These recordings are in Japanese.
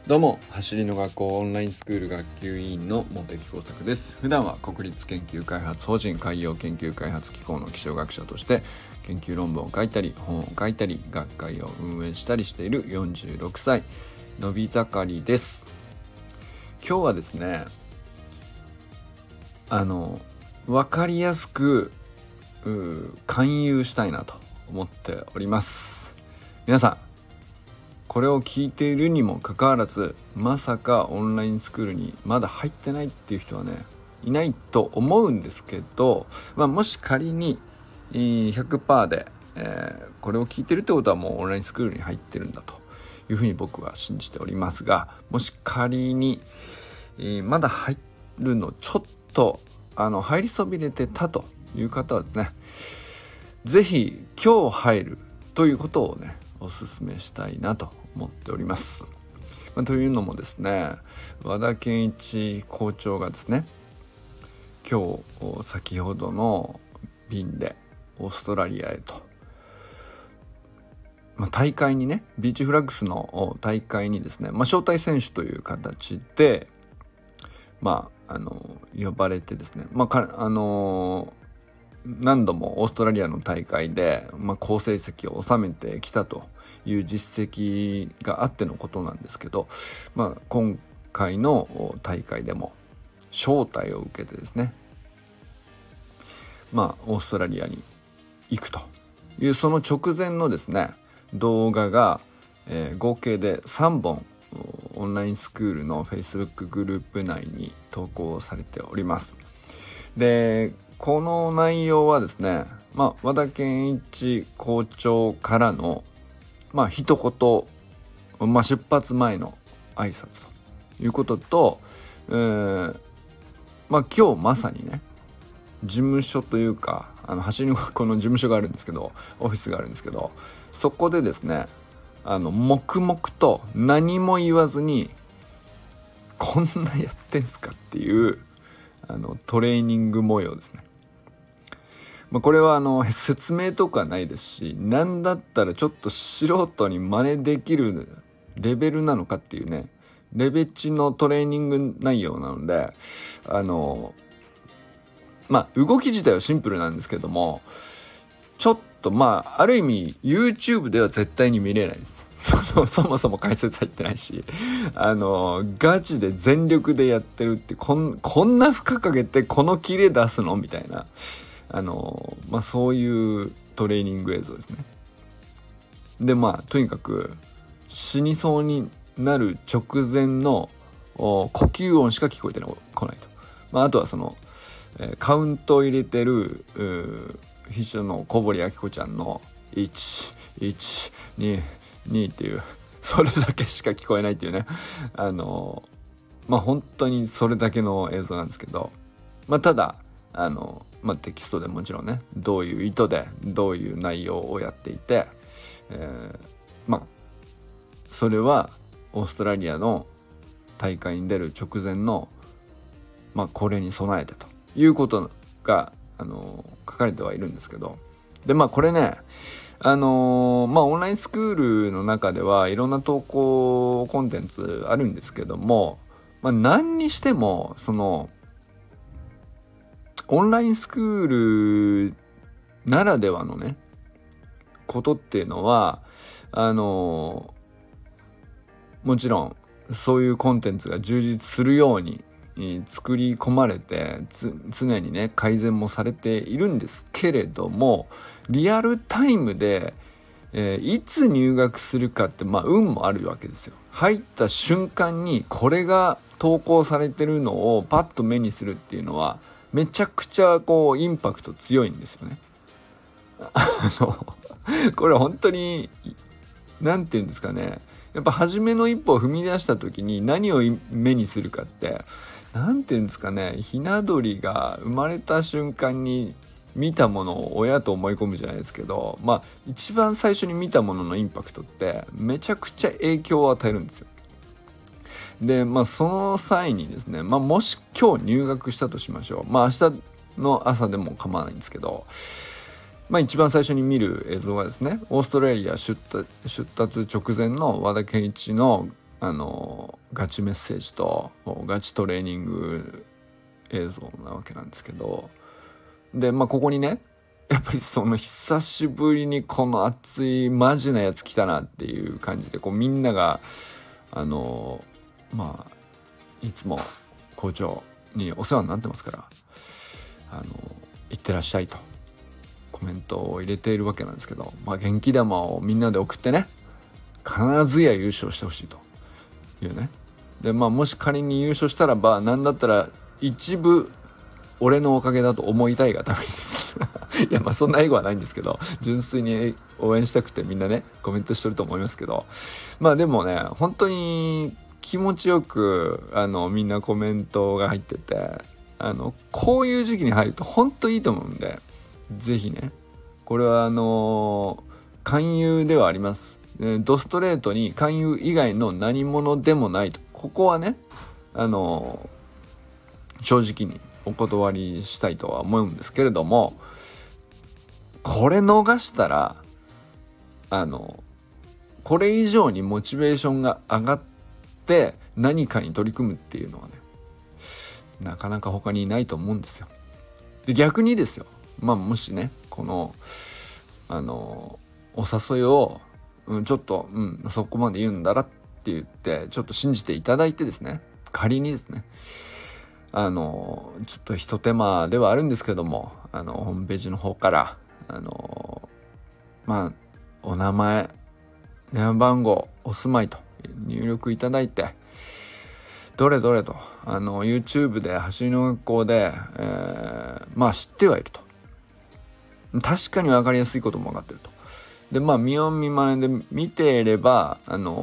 どうも、走りの学校オンラインスクール学級委員の茂木耕作です。普段は国立研究開発法人海洋研究開発機構の気象学者として研究論文を書いたり本を書いたり学会を運営したりしている46歳のび盛りです。今日はですね、分かりやすく勧誘したいなと思っております。皆さん、これを聞いているにもかかわらず、まさかオンラインスクールにまだ入ってないっていう人はね、いないと思うんですけど、もし仮に 100% で、これを聞いてるってことはもうオンラインスクールに入ってるんだというふうに僕は信じておりますが、もし仮に、まだ入るのちょっと入りそびれてたという方はですね、ぜひ今日入るということをね、お勧めしたいなと思っております。というのもですね、和田健一校長がですね、今日先ほどの便でオーストラリアへと、大会にね、ビーチフラッグスの大会にですね、招待選手という形で呼ばれてですね、何度もオーストラリアの大会で、好成績を収めてきたという実績があってのことなんですけど、今回の大会でも招待を受けてですね、オーストラリアに行くというその直前のですね動画が、合計で3本オンラインスクールの Facebook グループ内に投稿されております。で、この内容はですね、和田健一校長からの一言、出発前の挨拶ということと、今日まさにね、事務所というか走りの学校の事務所があるんですけど、オフィスがあるんですけど、そこでですね、黙々と何も言わずに、こんなやってんすかっていうトレーニング模様ですね。これは説明とかないですし、なんだったらちょっと素人に真似できるレベルなのかっていうね、レベチのトレーニング内容なので、動き自体はシンプルなんですけども、ちょっとある意味 YouTube では絶対に見れないです。そもそも解説入ってないし、ガチで全力でやってるって、こんな負荷かけてこのキレ出すのみたいな、そういうトレーニング映像ですね。で、とにかく死にそうになる直前の呼吸音しか聞こえてこないと。あとはその、カウントを入れてる秘書の小堀明子ちゃんの112っていう、それだけしか聞こえないっていうね、本当にそれだけの映像なんですけど、ただテキストでもちろんね、どういう意図でどういう内容をやっていて、それはオーストラリアの大会に出る直前のこれに備えてということが書かれてはいるんですけど、でこれね、オンラインスクールの中ではいろんな投稿コンテンツあるんですけども、何にしてもそのオンラインスクールならではのねことっていうのはもちろんそういうコンテンツが充実するように作り込まれて常にね改善もされているんですけれども、リアルタイムで、いつ入学するかって運もあるわけですよ。入った瞬間にこれが投稿されてるのをパッと目にするっていうのはめちゃくちゃインパクト強いんですよね。これ本当になんていうんですかね、やっぱ初めの一歩を踏み出した時に何を目にするかって、なんていうんですかね、ひな鳥が生まれた瞬間に見たものを親と思い込むじゃないですけど、一番最初に見たもののインパクトってめちゃくちゃ影響を与えるんですよ。で、その際にですね、もし今日入学したとしましょう。明日の朝でも構わないんですけど、一番最初に見る映像がですね、オーストラリア出発直前の和田健一のガチメッセージとガチトレーニング映像なわけなんですけど、でここにねやっぱりその久しぶりにこの熱いマジなやつ来たなっていう感じでみんながいつも校長にお世話になってますからいってらっしゃいとコメントを入れているわけなんですけど、元気玉をみんなで送ってね、必ずや優勝してほしいというね。でもし仮に優勝したらなんだったら一部俺のおかげだと思いたいがためにですいやそんなエゴはないんですけど、純粋に応援したくてみんなねコメントしてると思いますけど、でもね本当に気持ちよくみんなコメントが入ってて、こういう時期に入ると本当いいと思うんで、ぜひね、これは勧誘ではあります。ドストレートに勧誘以外の何者でもないと、ここはね正直にお断りしたいとは思うんですけれども、これ逃したらこれ以上にモチベーションが上がって何かに取り組むっていうのはねなかなか他にいないと思うんですよ。で逆にですよ、もしねこのお誘いを、ちょっと、そこまで言うんだらって言ってちょっと信じていただいてですね、仮にですねちょっと一手間ではあるんですけどもホームページの方からお名前、電話番号、お住まいと入力いただいて、どれどれとYouTube で走りの学校で、知ってはいると、確かに分かりやすいことも分かってると、で見よう見まねで見ていればある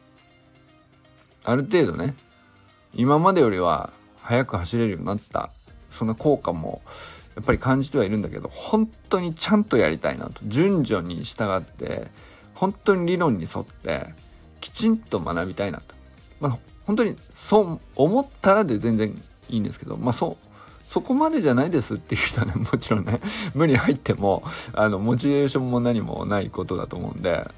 程度ね今までよりは速く走れるようになった、そんな効果もやっぱり感じてはいるんだけど、本当にちゃんとやりたいなと、順序に従って本当に理論に沿ってきちんと学びたいなと、本当にそう思ったらで全然いいんですけど、そこまでじゃないですっていう人はね、もちろんね無理入ってもモチベーションも何もないことだと思うんで、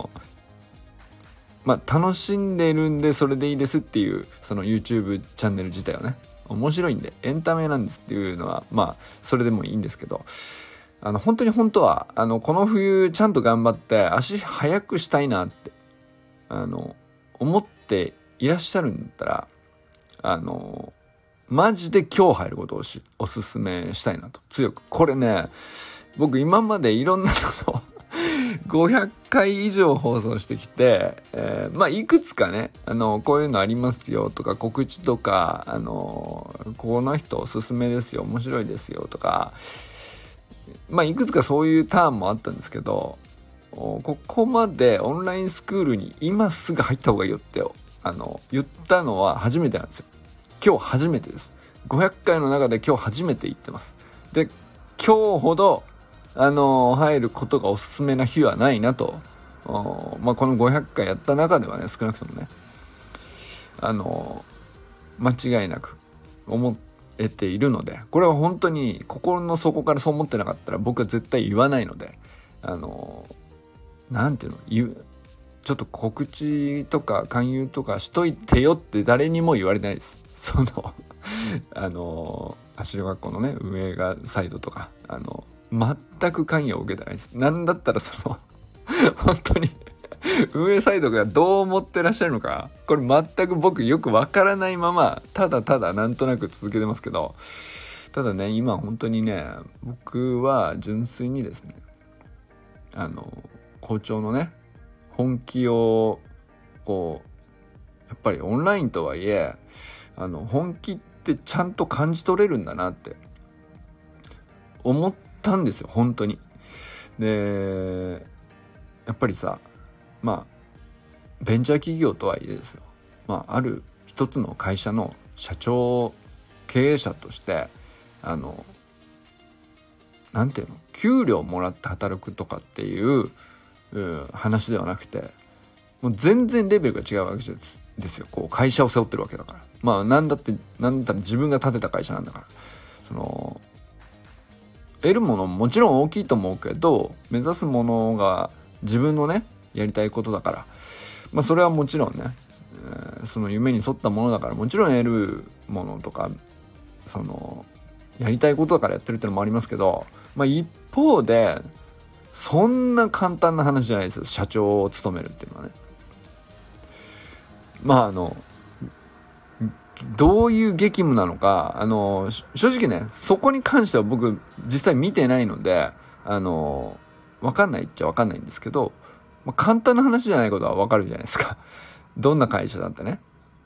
楽しんでるんでそれでいいですっていうその YouTube チャンネル自体はね面白いんでエンタメなんですっていうのはそれでもいいんですけど、本当はこの冬ちゃんと頑張って足速くしたいなって思っていらっしゃるんだったらマジで今日入ることをおすすめしたいなと強く。これね僕今までいろんなの500回以上放送してきて、いくつかねこういうのありますよとか告知とかこの人おすすめですよ面白いですよとかいくつかそういうターンもあったんですけど、ここまでオンラインスクールに今すぐ入った方がいいよって言ったのは初めてなんですよ。今日初めてです。500回の中で今日初めて言ってます。で今日ほど入ることがおすすめな日はないなと、この500回やった中ではね少なくともね間違いなく思えているので、これは本当に心の底からそう思ってなかったら僕は絶対言わないので、なんていうのちょっと告知とか勧誘とかしといてよって誰にも言われないです。走り学校のね運営がサイドとか全く関与を受けてないです。なんだったら本当に運営サイドがどう思ってらっしゃるのかこれ全く僕よくわからないままただなんとなく続けてますけど、ただね今本当にね僕は純粋にですね校長のね本気をやっぱりオンラインとはいえ本気ってちゃんと感じ取れるんだなって思ったんですよ本当に。でやっぱりさベンチャー企業とはいえですよ、ある一つの会社の社長経営者としてなんていうの給料もらって働くとかっていう話ではなくて、もう全然レベルが違うわけですよ。会社を背負ってるわけだから、なんだったら自分が建てた会社なんだから、得るものももちろん大きいと思うけど目指すものが自分のねやりたいことだから、それはもちろんねその夢に沿ったものだからもちろん得るものとかやりたいことだからやってるってのもありますけど、一方でそんな簡単な話じゃないですよ、社長を務めるっていうのはね。どういう激務なのか正直ね、そこに関しては僕実際見てないので分かんないっちゃ分かんないんですけど、簡単な話じゃないことは分かるじゃないですか。どんな会社だってね、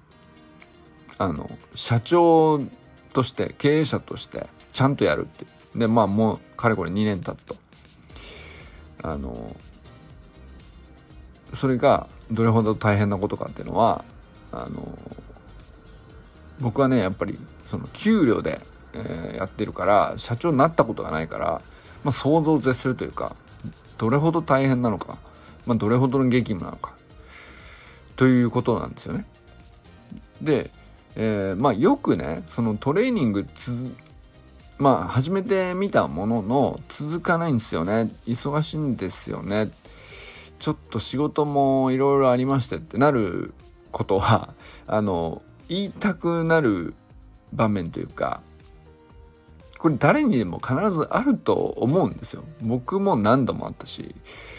社長として経営者としてちゃんとやるってで、もうかれこれ2年経つとそれがどれほど大変なことかっていうのは僕はねやっぱりその給料で、やってるから社長になったことがないから、想像を絶するというか、どれほど大変なのか、どれほどの激務なのかということなんですよね。で、よくねそのトレーニング始めてみたものの続かないんですよね、忙しいんですよね、ちょっと仕事もいろいろありましてってなることは言いたくなる場面というか、これ誰にでも必ずあると思うんですよ。僕も何度もあったし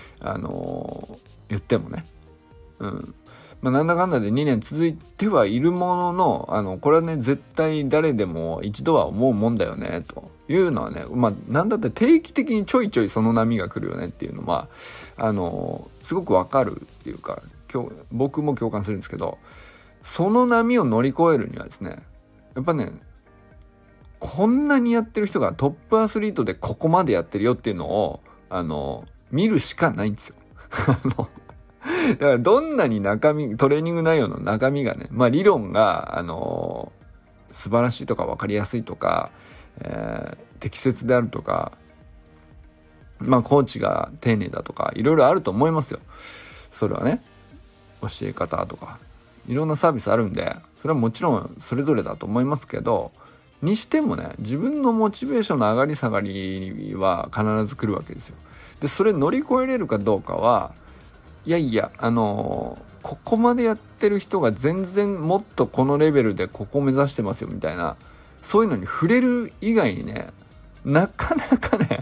言ってもね、なんだかんだで2年続いてはいるもののこれはね絶対誰でも一度は思うもんだよねというのはね、なんだって定期的にちょいちょいその波が来るよねっていうのはすごくわかるっていうか、僕も共感するんですけど、その波を乗り越えるにはですね、やっぱねこんなにやってる人がトップアスリートでここまでやってるよっていうのを見るしかないんですよ。だからどんなにトレーニング内容の中身がね、理論が素晴らしいとか分かりやすいとか、適切であるとか、コーチが丁寧だとかいろいろあると思いますよ。それはね、教え方とかいろんなサービスあるんで、それはもちろんそれぞれだと思いますけど、にしてもね自分のモチベーションの上がり下がりは必ず来るわけですよ。でそれ乗り越えれるかどうかはいやここまでやってる人が全然もっとこのレベルでここを目指してますよみたいな、そういうのに触れる以外にねなかなかね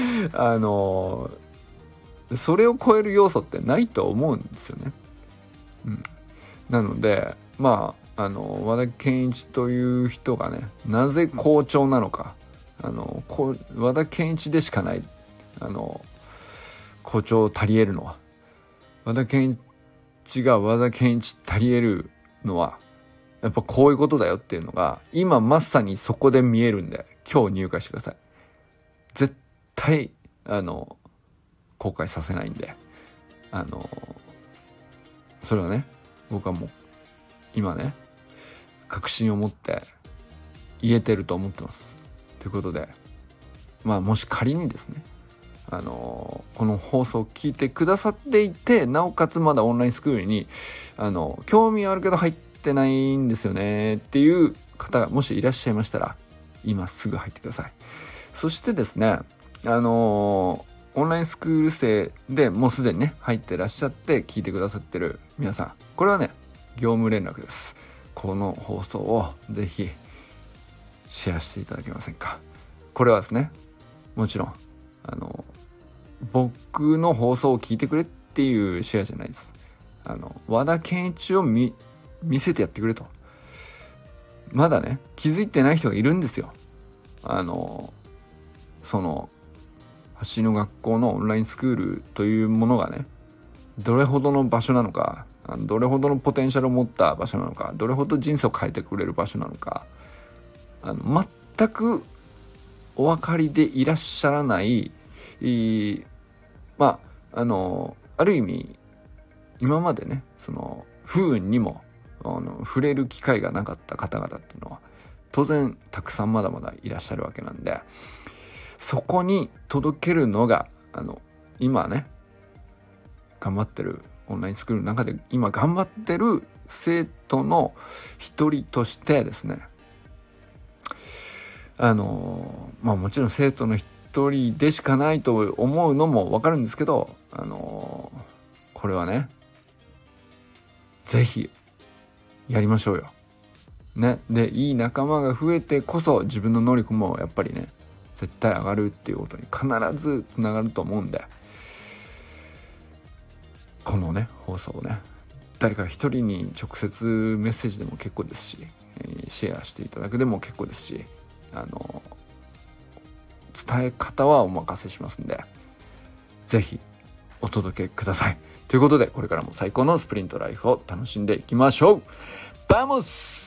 それを超える要素ってないと思うんですよね。なので和田健一という人がねなぜ好調なのか、和田健一でしかない好調足り得るのは、和田健一が和田健一足り得るのはやっぱこういうことだよっていうのが今まさにそこで見えるんで、今日入会してください。絶対後悔させないんでそれはね僕はもう今ね確信を持って言えてると思ってます。ということでもし仮にですねこの放送を聞いてくださっていて、なおかつまだオンラインスクールに興味あるけど入ってないんですよねっていう方がもしいらっしゃいましたら今すぐ入ってください。そしてですねオンラインスクール生でもうすでにね入ってらっしゃって聞いてくださってる皆さん、これはね業務連絡です。この放送をぜひシェアしていただけませんか。これはですねもちろん僕の放送を聞いてくれっていうシェアじゃないです。和田健一を見せてやってくれと。まだね気づいてない人がいるんですよ。その橋の学校のオンラインスクールというものがねどれほどの場所なのか、どれほどのポテンシャルを持った場所なのか、どれほど人生を変えてくれる場所なのか、全くお分かりでいらっしゃらないある意味今までねその不運にも触れる機会がなかった方々っていうのは当然たくさんまだまだいらっしゃるわけなんで、そこに届けるのが今ね頑張ってるオンラインスクールの中で今頑張ってる生徒の一人としてですねもちろん生徒の一人でしかないと思うのも分かるんですけどこれはねぜひやりましょうよ。ね、でいい仲間が増えてこそ自分の能力もやっぱりね絶対上がるっていうことに必ずつながると思うんで、このね放送をね誰か一人に直接メッセージでも結構ですし、シェアしていただくでも結構ですし、伝え方はお任せしますんで、ぜひお届けください。ということでこれからも最高のスプリントライフを楽しんでいきましょう。バモス。